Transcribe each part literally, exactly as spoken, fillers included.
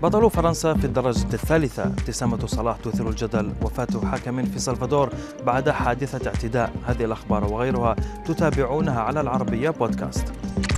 بطل فرنسا في الدرجة الثالثة. ابتسامة صلاح تثير الجدل. وفاة حاكم في سلفادور بعد حادثة اعتداء. هذه الأخبار وغيرها تتابعونها على العربية بودكاست.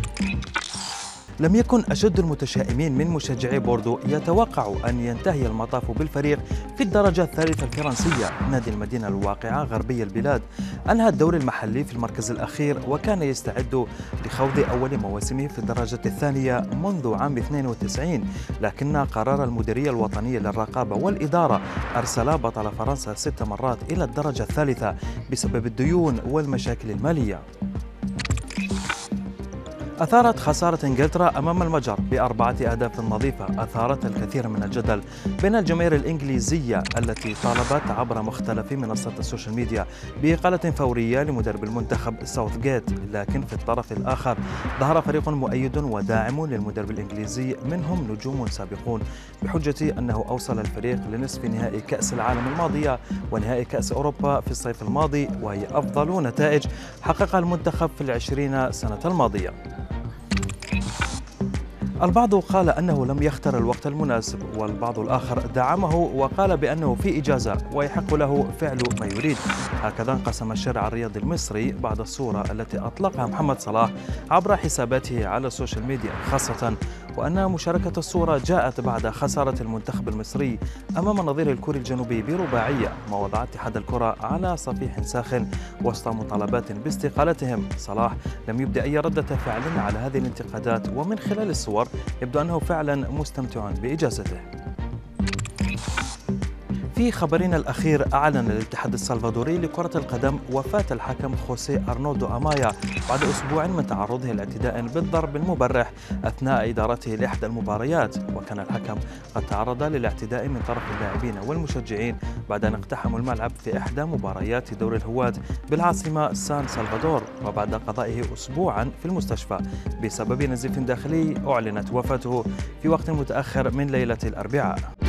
لم يكن أشد المتشائمين من مشجعي بوردو يتوقعوا أن ينتهي المطاف بالفريق في الدرجة الثالثة الفرنسية. نادي المدينة الواقعة غربي البلاد أنهى الدوري المحلي في المركز الأخير، وكان يستعد لخوض أول مواسمه في الدرجة الثانية منذ عام اثنين وتسعين، لكن قرار المديرية الوطنية للرقابة والإدارة أرسل بطل فرنسا ست مرات إلى الدرجة الثالثة بسبب الديون والمشاكل المالية. أثارت خسارة إنجلترا أمام المجر بأربعة أهداف نظيفة أثارت الكثير من الجدل بين الجماهير الإنجليزية التي طالبت عبر مختلف منصات السوشيال ميديا بإقالة فورية لمدرب المنتخب ساوثغيت، لكن في الطرف الآخر ظهر فريق مؤيد وداعم للمدرب الإنجليزي منهم نجوم سابقون بحجة أنه أوصل الفريق لنصف نهائي كأس العالم الماضية ونهائي كأس أوروبا في الصيف الماضي، وهي أفضل نتائج حققها المنتخب في العشرين سنة الماضية. البعض قال أنه لم يختر الوقت المناسب، والبعض الآخر دعمه وقال بأنه في إجازة ويحق له فعل ما يريد. هكذا انقسم الشارع الرياضي المصري بعد الصورة التي أطلقها محمد صلاح عبر حساباته على السوشيال ميديا، خاصة وأن مشاركة الصورة جاءت بعد خسارة المنتخب المصري أمام نظير الكوري الجنوبي برباعية، ما وضع اتحاد الكرة على صفيح ساخن وسط مطالبات باستقالتهم. صلاح لم يبدأ أي ردة فعل على هذه الانتقادات، ومن خلال الصور يبدو أنه فعلا مستمتع بإجازته. في خبرنا الأخير، أعلن الاتحاد السلفادوري لكرة القدم وفاة الحكم خوسيه أرنولدو أمايا بعد أسبوع من تعرضه لاعتداء بالضرب المبرح أثناء إدارته لإحدى المباريات. وكان الحكم قد تعرض للاعتداء من طرف اللاعبين والمشجعين بعد أن اقتحموا الملعب في إحدى مباريات دوري الهواة بالعاصمة سان سلفادور، وبعد قضائه أسبوعا في المستشفى بسبب نزيف داخلي أعلنت وفاته في وقت متأخر من ليلة الأربعاء.